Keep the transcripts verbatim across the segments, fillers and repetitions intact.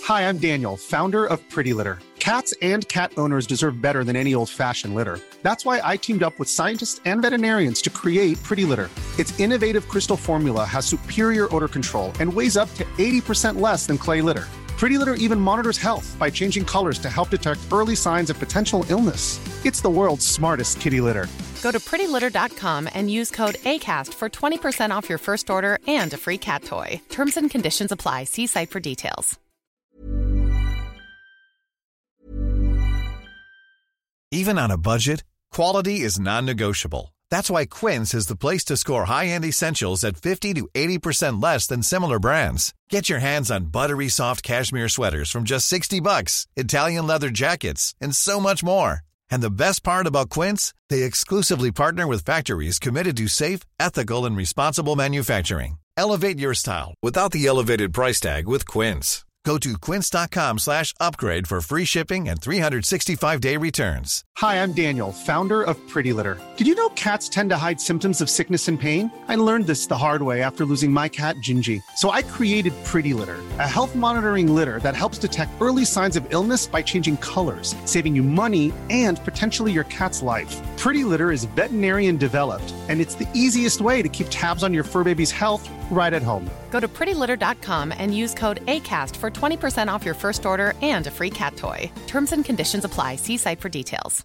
Hi, I'm Daniel, founder of Pretty Litter. Cats and cat owners deserve better than any old-fashioned litter. That's why I teamed up with scientists and veterinarians to create Pretty Litter. Its innovative crystal formula has superior odor control and weighs up to eighty percent less than clay litter. Pretty Litter even monitors health by changing colors to help detect early signs of potential illness. It's the world's smartest kitty litter. Go to pretty litter dot com and use code ACAST for twenty percent off your first order and a free cat toy. Terms and conditions apply. See site for details. Even on a budget, quality is non-negotiable. That's why Quince is the place to score high-end essentials at fifty to eighty percent less than similar brands. Get your hands on buttery soft cashmere sweaters from just sixty bucks, Italian leather jackets, and so much more. And the best part about Quince, they exclusively partner with factories committed to safe, ethical, and responsible manufacturing. Elevate your style without the elevated price tag with Quince. Go to quince.com slash upgrade for free shipping and three sixty-five day returns. Hi, I'm Daniel, founder of Pretty Litter. Did you know cats tend to hide symptoms of sickness and pain? I learned this the hard way after losing my cat, Gingy. So I created Pretty Litter, a health monitoring litter that helps detect early signs of illness by changing colors, saving you money and potentially your cat's life. Pretty Litter is veterinarian developed, and it's the easiest way to keep tabs on your fur baby's health right at home. Go to pretty litter dot com and use code ACAST for twenty percent off your first order and a free cat toy. Terms and conditions apply. See site for details.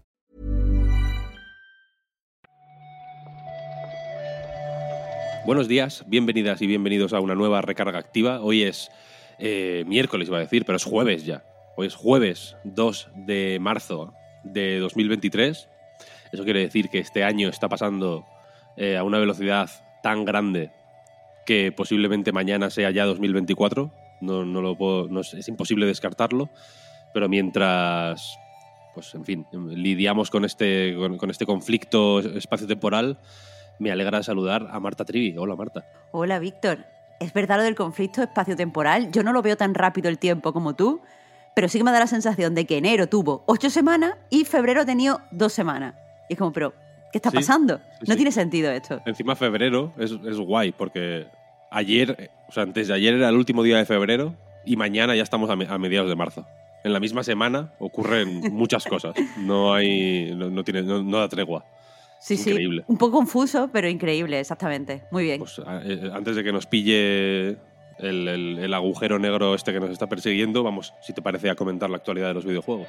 Buenos días, bienvenidas y bienvenidos a una nueva recarga activa. Hoy es eh, miércoles, iba a decir, pero es jueves ya. Hoy es jueves dos de marzo de dos mil veintitrés. Eso quiere decir que este año está pasando eh, a una velocidad tan grande que posiblemente mañana sea ya dos mil veinticuatro. No, no lo puedo, no es, es imposible descartarlo. Pero mientras, pues en fin, lidiamos con este, con, con este conflicto espacio-temporal, me alegra saludar a Marta Trivi. Hola, Marta. Hola, Víctor. Es verdad lo del conflicto espacio-temporal. Yo no lo veo tan rápido el tiempo como tú, pero sí que me da la sensación de que enero tuvo ocho semanas y febrero ha tenido dos semanas. Y es como, pero, ¿qué está sí, pasando? Sí, no sí. tiene sentido esto. Encima febrero es, es guay, porque ayer, o sea, antes de ayer era el último día de febrero y mañana ya estamos a, me, a mediados de marzo. En la misma semana ocurren muchas cosas. No hay, no, no tiene, no, no da tregua. Sí, Increíble. sí, un poco confuso, pero increíble, exactamente. Muy bien. Pues eh, antes de que nos pille el, el, el agujero negro este que nos está persiguiendo, vamos, si te parece, a comentar la actualidad de los videojuegos.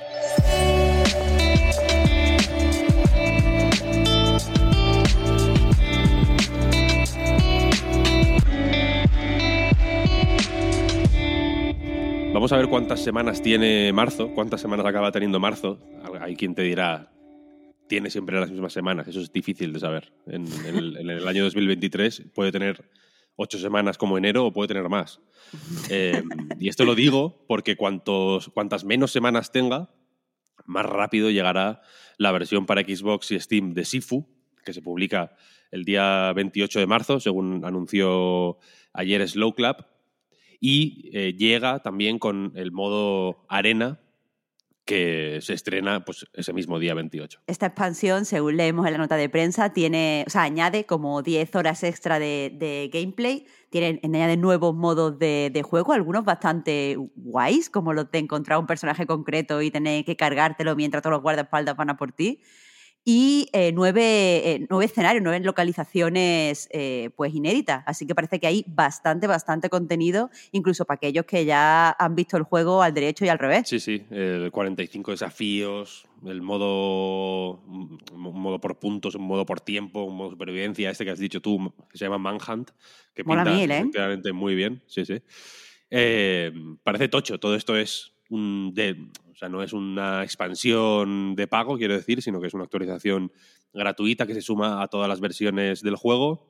Vamos a ver cuántas semanas tiene marzo, cuántas semanas acaba teniendo marzo. Hay quien te dirá, tiene siempre las mismas semanas. Eso es difícil de saber. En el, en el año dos mil veintitrés puede tener ocho semanas como enero o puede tener más. Eh, y esto lo digo porque cuantos, cuantas menos semanas tenga, más rápido llegará la versión para Xbox y Steam de Sifu, que se publica el día veintiocho de marzo, según anunció ayer Slow Clap. Y eh, llega también con el modo Arena, que se estrena pues, ese mismo día veintiocho. Esta expansión, según leemos en la nota de prensa, tiene, o sea, añade como diez horas extra de, de gameplay, tiene, añade nuevos modos de, de juego, algunos bastante guays, como los de encontrar un personaje concreto y tener que cargártelo mientras todos los guardaespaldas van a por ti. Y eh, nueve, eh, nueve escenarios, nueve localizaciones eh, pues inéditas. Así que parece que hay bastante, bastante contenido, incluso para aquellos que ya han visto el juego al derecho y al revés. Sí, sí, el cuarenta y cinco desafíos, el modo, un modo por puntos, un modo por tiempo, un modo supervivencia, este que has dicho tú, que se llama Manhunt, que Mola pinta mil, ¿eh? claramente muy bien. Sí, sí. Eh, parece tocho, todo esto es un... De, o sea, no es una expansión de pago, quiero decir, sino que es una actualización gratuita que se suma a todas las versiones del juego.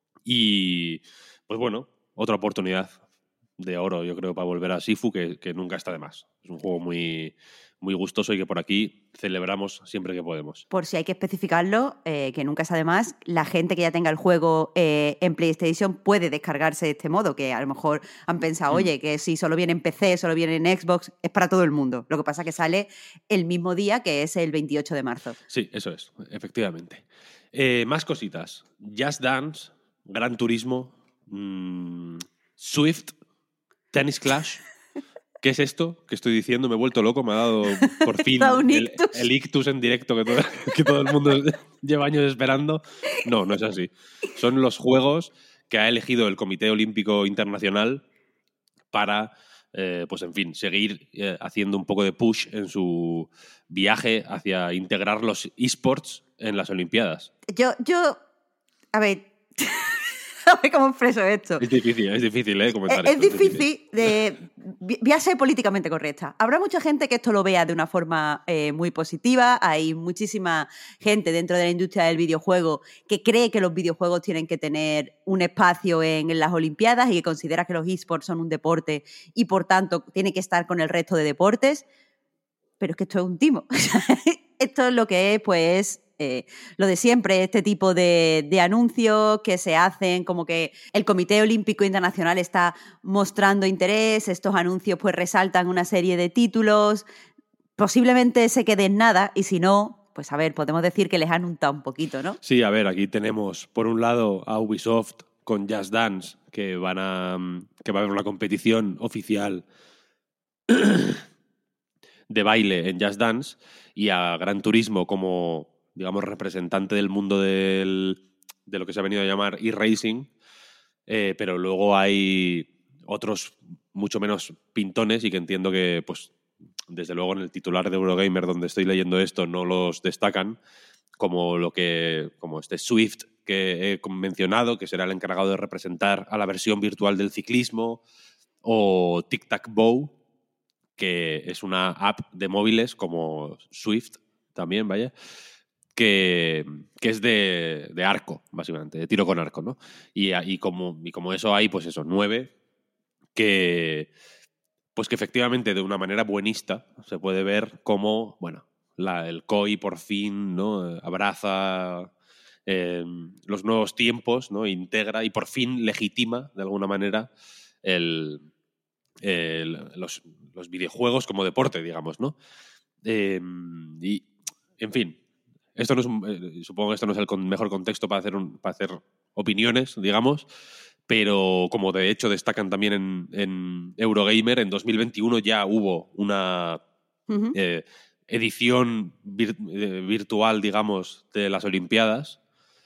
Y, pues bueno, otra oportunidad de oro, yo creo, para volver a Sifu, que, que nunca está de más. Es un juego muy, muy gustoso y que por aquí celebramos siempre que podemos. Por si hay que especificarlo, eh, que nunca está de más, la gente que ya tenga el juego eh, en PlayStation puede descargarse de este modo, que a lo mejor han pensado, mm. oye, que si solo viene en P C, solo viene en Xbox, es para todo el mundo. Lo que pasa es que sale el mismo día, que es el veintiocho de marzo. Sí, eso es, efectivamente. Eh, más cositas. Just Dance, Gran Turismo, mmm, Swift, Tennis Clash, ¿Qué es esto que estoy diciendo? Me he vuelto loco, me ha dado por fin un el, ictus. el ictus en directo que todo, que todo el mundo lleva años esperando. No, no es así. Son los juegos que ha elegido el Comité Olímpico Internacional para, eh, pues en fin, seguir eh, haciendo un poco de push en su viaje hacia integrar los esports en las Olimpiadas. Yo, yo, a ver, a ver cómo expreso esto. Es difícil, es difícil, ¿eh? Comentar Es, esto, es difícil de... Voy a ser políticamente correcta. Habrá mucha gente que esto lo vea de una forma eh, muy positiva. Hay muchísima gente dentro de la industria del videojuego que cree que los videojuegos tienen que tener un espacio en, en las Olimpiadas y que considera que los esports son un deporte y, por tanto, tiene que estar con el resto de deportes. Pero es que esto es un timo. Esto es lo que es, pues... Eh, lo de siempre, este tipo de, de anuncios que se hacen, como que el Comité Olímpico Internacional está mostrando interés, estos anuncios pues resaltan una serie de títulos, posiblemente se quede en nada y si no, pues a ver, podemos decir que les han untado un poquito, ¿no? Sí, a ver, aquí tenemos por un lado a Ubisoft con Just Dance, que van a que va a haber una competición oficial de baile en Just Dance, y a Gran Turismo como, digamos, representante del mundo del, de lo que se ha venido a llamar e-racing, eh, pero luego hay otros mucho menos pintones y que entiendo que, pues, desde luego en el titular de Eurogamer donde estoy leyendo esto no los destacan, como lo que como este Swift que he mencionado, que será el encargado de representar a la versión virtual del ciclismo, o Tic Tac Bow, que es una app de móviles como Swift también, vaya, Que, que es de, de arco, básicamente, de tiro con arco, ¿no? Y, y, como, y como eso hay, pues eso, nueve, que, pues que efectivamente de una manera buenista se puede ver cómo, bueno, la, el C O I por fin, ¿no? abraza eh, los nuevos tiempos, ¿no? Integra y por fin legitima, de alguna manera, el, el, los, los videojuegos como deporte, digamos, ¿no? Eh, y, en fin, Esto no es un, eh, supongo que esto no es el con, mejor contexto para hacer, un, para hacer opiniones, digamos, pero como de hecho destacan también en, en Eurogamer, en dos mil veintiuno ya hubo una uh-huh. eh, edición vir, eh, virtual, digamos, de las Olimpiadas,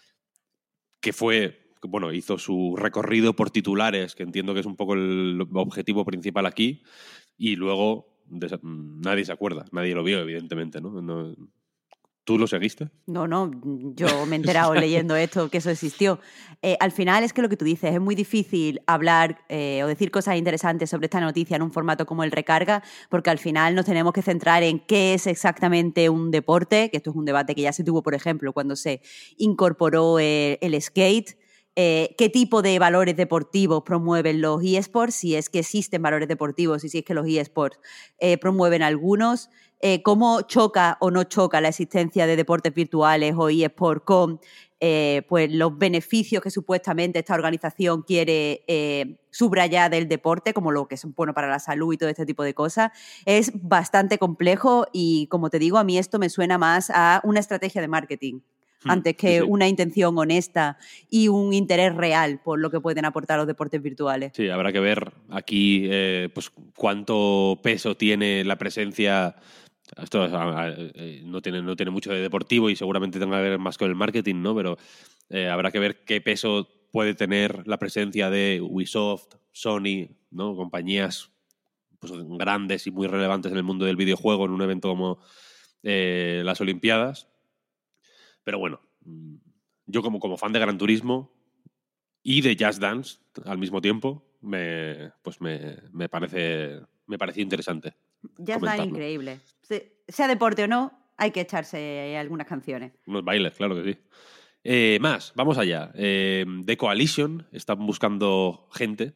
que fue, bueno, hizo su recorrido por titulares, que entiendo que es un poco el objetivo principal aquí, y luego de, nadie se acuerda, nadie lo vio, evidentemente, ¿no? no ¿Tú lo seguiste? No, no, yo me he enterado leyendo esto, que eso existió. Eh, al final es que lo que tú dices, es muy difícil hablar eh, o decir cosas interesantes sobre esta noticia en un formato como el Recarga, porque al final nos tenemos que centrar en qué es exactamente un deporte, que esto es un debate que ya se tuvo, por ejemplo, cuando se incorporó el, el skate. Eh, qué tipo de valores deportivos promueven los eSports, si es que existen valores deportivos y si es que los eSports eh, promueven algunos, eh, cómo choca o no choca la existencia de deportes virtuales o eSports con eh, pues los beneficios que supuestamente esta organización quiere eh, subrayar del deporte, como lo que es bueno para la salud y todo este tipo de cosas. Es bastante complejo y, como te digo, a mí esto me suena más a una estrategia de marketing antes que sí, sí. una intención honesta y un interés real por lo que pueden aportar los deportes virtuales. Sí, habrá que ver aquí eh, pues cuánto peso tiene la presencia. Esto eh, no, tiene, no tiene mucho de deportivo y seguramente tenga que ver más con el marketing, ¿no? Pero eh, habrá que ver qué peso puede tener la presencia de Ubisoft, Sony, ¿no? Compañías pues, grandes y muy relevantes en el mundo del videojuego en un evento como eh, las Olimpiadas. Pero bueno, yo como, como fan de Gran Turismo y de Just Dance al mismo tiempo, me, pues me, me parece me pareció interesante. Just Dance increíble. Sea deporte o no, hay que echarse algunas canciones. Unos bailes, claro que sí. Eh, más, vamos allá. Eh, The Coalition están buscando gente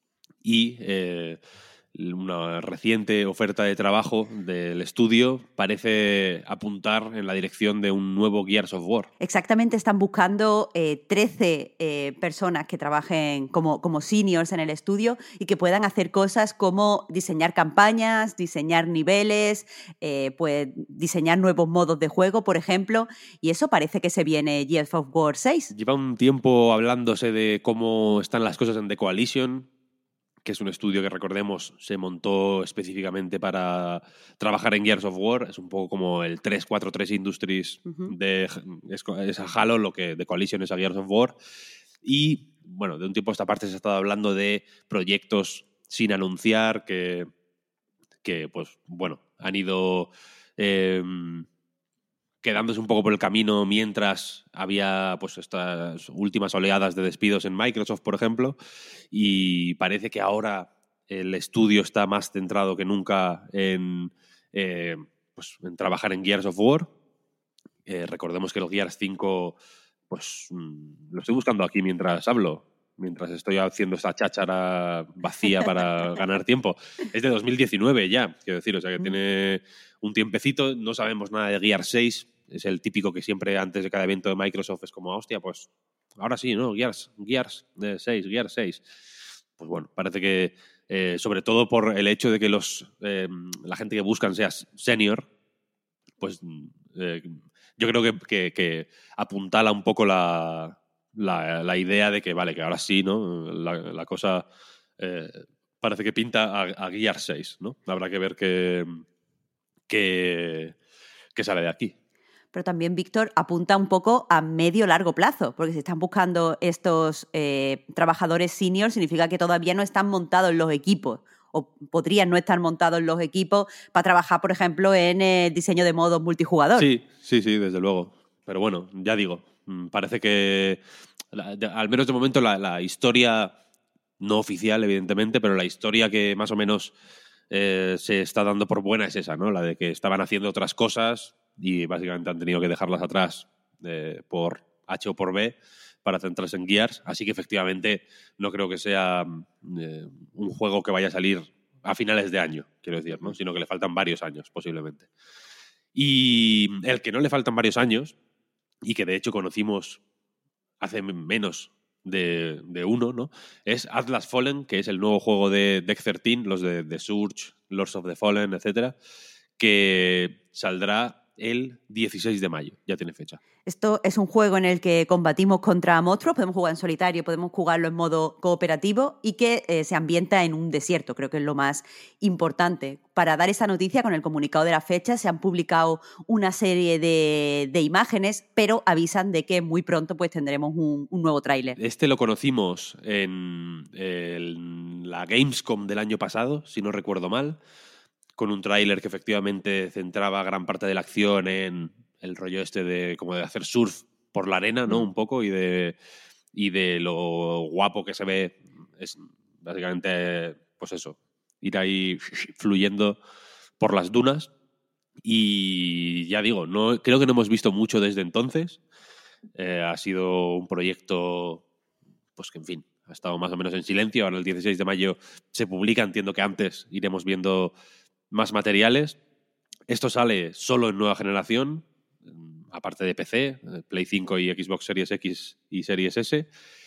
y eh, una reciente oferta de trabajo del estudio parece apuntar en la dirección de un nuevo Gears of War. Exactamente, están buscando eh, trece eh, personas que trabajen como, como seniors en el estudio y que puedan hacer cosas como diseñar campañas, diseñar niveles, eh, pues diseñar nuevos modos de juego, por ejemplo, y eso parece que se viene Gears of War seis. Lleva un tiempo hablándose de cómo están las cosas en The Coalition, que es un estudio que, recordemos, se montó específicamente para trabajar en Gears of War. Es un poco como el tres cuatro tres Industries uh-huh. de es, es a Halo, lo que de Coalition es a Gears of War. Y, bueno, de un tiempo a esta parte se ha estado hablando de proyectos sin anunciar que, que pues, bueno, han ido eh, quedándose un poco por el camino mientras había pues estas últimas oleadas de despidos en Microsoft, por ejemplo, y parece que ahora el estudio está más centrado que nunca en, eh, pues, en trabajar en Gears of War. Eh, recordemos que el Gears cinco, pues lo estoy buscando aquí mientras hablo, mientras estoy haciendo esta cháchara vacía para ganar tiempo. Es de dos mil diecinueve ya, quiero decir, o sea que tiene un tiempecito. No sabemos nada de Gears seis. Es el típico que siempre antes de cada evento de Microsoft es como, hostia, pues ahora sí, ¿no? Gears, Gears seis, Gears seis. Pues bueno, parece que eh, sobre todo por el hecho de que los eh, la gente que buscan sea senior, pues eh, yo creo que, que, que apuntala un poco la, la, la idea de que, vale, que ahora sí, ¿no? La, la cosa eh, parece que pinta a, a Gears seis, ¿no? Habrá que ver qué que, que sale de aquí. Pero también, Víctor, apunta un poco a medio-largo plazo, porque si están buscando estos eh, trabajadores seniors, significa que todavía no están montados los equipos, o podrían no estar montados los equipos para trabajar, por ejemplo, en el diseño de modos multijugador. Sí, sí, sí, desde luego. Pero bueno, ya digo, parece que, al menos de momento, la, la historia, no oficial, evidentemente, pero la historia que más o menos eh, se está dando por buena es esa, ¿no? La de que estaban haciendo otras cosas y básicamente han tenido que dejarlas atrás eh, por H o por B para centrarse en Gears. Así que efectivamente no creo que sea eh, un juego que vaya a salir a finales de año, quiero decir, ¿no? Sino que le faltan varios años, posiblemente. Y el que no le faltan varios años, y que de hecho conocimos hace menos de, de uno, ¿no? Es Atlas Fallen, que es el nuevo juego de Deck trece, los de The Surge, Lords of the Fallen, etcétera, que saldrá el dieciséis de mayo, ya tiene fecha. Esto es un juego en el que combatimos contra monstruos, podemos jugar en solitario, podemos jugarlo en modo cooperativo y que eh, se ambienta en un desierto, creo que es lo más importante. Para dar esa noticia, con el comunicado de la fecha, se han publicado una serie de, de imágenes, pero avisan de que muy pronto pues tendremos un, un nuevo tráiler. Este lo conocimos en, en la Gamescom del año pasado, si no recuerdo mal, con un tráiler que efectivamente centraba gran parte de la acción en el rollo este de como de hacer surf por la arena, ¿no? Un poco, y de, y de lo guapo que se ve. Es básicamente, pues eso, ir ahí fluyendo por las dunas. Y ya digo, no, creo que no hemos visto mucho desde entonces. Eh, ha sido un proyecto, pues que en fin, ha estado más o menos en silencio. Ahora el dieciséis de mayo se publica, entiendo que antes iremos viendo más materiales. Esto sale solo en nueva generación, aparte de P C, Play cinco y Xbox Series X y Series S.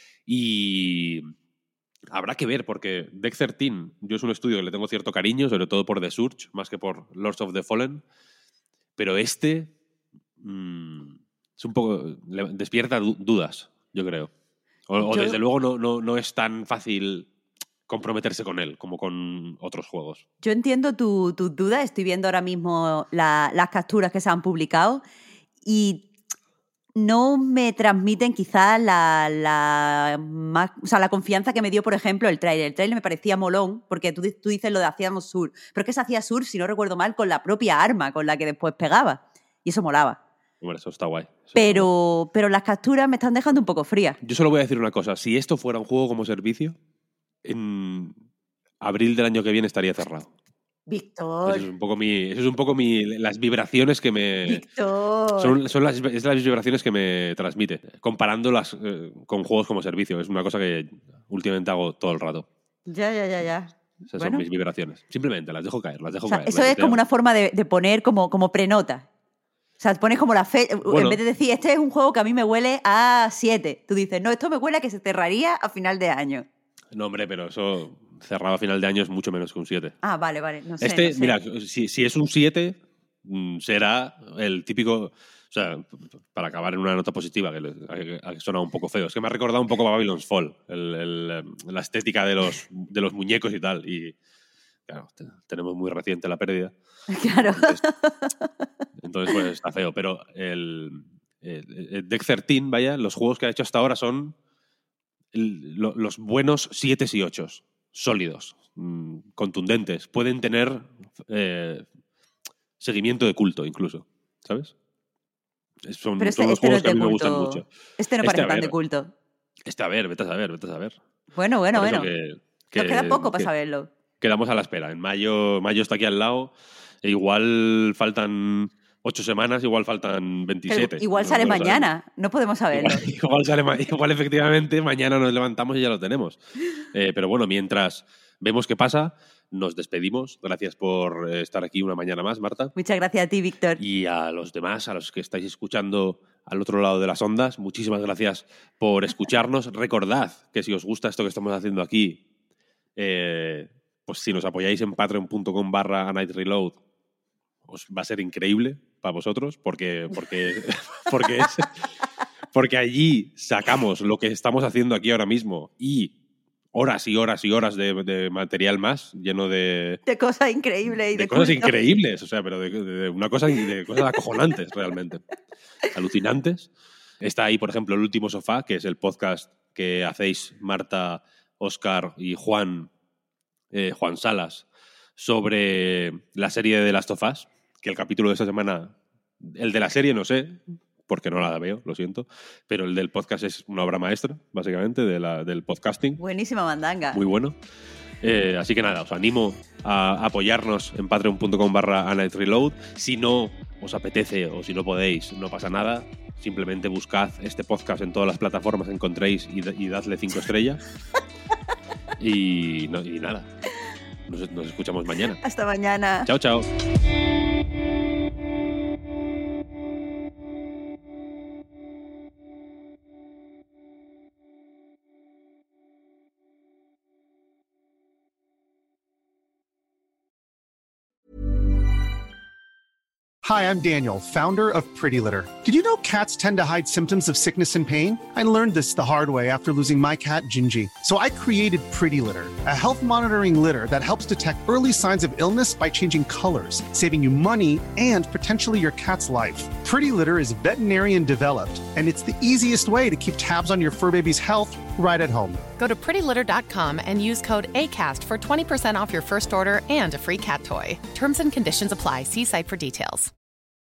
Y habrá que ver, porque Deck trece, yo es un estudio que le tengo cierto cariño, sobre todo por The Surge, más que por Lords of the Fallen. Pero este mmm, es un poco, despierta dudas, yo creo. O, o yo... desde luego no, no, no es tan fácil comprometerse con él, como con otros juegos. Yo entiendo tus tu dudas, estoy viendo ahora mismo la, las capturas que se han publicado y no me transmiten quizás la, la, más, o sea, la confianza que me dio, por ejemplo, el tráiler. El tráiler me parecía molón, porque tú, tú dices lo de hacíamos surf, pero es que se hacía surf, si no recuerdo mal, con la propia arma con la que después pegaba, y eso molaba. Bueno, eso está guay. Eso pero, está guay. pero las capturas me están dejando un poco frías. Yo solo voy a decir una cosa, si esto fuera un juego como servicio, en abril del año que viene estaría cerrado. Víctor. Eso es un poco mi, eso es un poco mi, las vibraciones que me. Víctor. Son, son las, es las vibraciones que me transmite, comparándolas eh, con juegos como servicio. Es una cosa que últimamente hago todo el rato. Ya, ya, ya, ya. Esas bueno. son mis vibraciones. Simplemente las dejo caer, las dejo o sea, caer. Eso es como una forma de, de poner como, como prenota. O sea, pones como la fe. Bueno, en vez de decir, este es un juego que a mí me huele a siete, tú dices, no, esto me huele a que se cerraría a final de año. No, hombre, pero eso cerrado a final de año es mucho menos que un siete. Ah, vale, vale. No sé, este, no sé. mira, si, si es un siete, será el típico. O sea, para acabar en una nota positiva, que ha sonado un poco feo. Es que me ha recordado un poco a Babylon's Fall, el, el, la estética de los, de los muñecos y tal. Y claro, te, tenemos muy reciente la pérdida. Claro. Entonces, entonces pues está feo. Pero el, el, el Deck trece, vaya, los juegos que ha hecho hasta ahora son el, lo, los buenos siete y ocho, sólidos, mmm, contundentes. Pueden tener eh, seguimiento de culto incluso, ¿sabes? Son, Pero este, son los este juegos no que a mí me culto. gustan mucho. Este no Este, parece a tan ver, de culto. Este, a ver, vete a saber, vete a saber. Bueno, bueno, Por eso bueno. que, que, Nos queda poco para que saberlo. Quedamos a la espera. En mayo, mayo está aquí al lado. E igual faltan ocho semanas, igual faltan veintisiete. Pero igual no, sale no mañana, no podemos saberlo. Igual, igual, sale, igual efectivamente mañana nos levantamos y ya lo tenemos. Eh, pero bueno, mientras vemos qué pasa, nos despedimos. Gracias por estar aquí una mañana más, Marta. Muchas gracias a ti, Víctor. Y a los demás, a los que estáis escuchando al otro lado de las ondas, muchísimas gracias por escucharnos. Recordad que si os gusta esto que estamos haciendo aquí, eh, pues si nos apoyáis en patreon.com barra a night reload, os va a ser increíble para vosotros, porque, porque, porque, es, porque allí sacamos lo que estamos haciendo aquí ahora mismo y horas y horas y horas de, de material más, lleno de... De cosas increíbles y de, de cosas culto. increíbles, o sea, pero de, de una cosa, de cosas acojonantes realmente, alucinantes. Está ahí, por ejemplo, El Último Sofá, que es el podcast que hacéis Marta, Óscar y Juan, eh, Juan Salas, sobre la serie de The Last of Us, que el capítulo de esta semana, el de la serie no sé, porque no la veo, lo siento, pero el del podcast es una obra maestra, básicamente, de la, del podcasting. Buenísima mandanga. Muy bueno. Eh, así que nada, os animo a apoyarnos en patreon.com barra a night reload. Si no os apetece o si no podéis, no pasa nada. Simplemente buscad este podcast en todas las plataformas que encontréis y, y dadle cinco estrellas. y, no, y nada, nos, nos escuchamos mañana. Hasta mañana. Chao, chao. Hi, I'm Daniel, founder of Pretty Litter. Did you know cats tend to hide symptoms of sickness and pain? I learned this the hard way after losing my cat, Gingy. So I created Pretty Litter, a health monitoring litter that helps detect early signs of illness by changing colors, saving you money and potentially your cat's life. Pretty Litter is veterinarian developed, and it's the easiest way to keep tabs on your fur baby's health right at home. Go to pretty litter dot com and use code ACAST for twenty percent off your first order and a free cat toy. Terms and conditions apply. See site for details.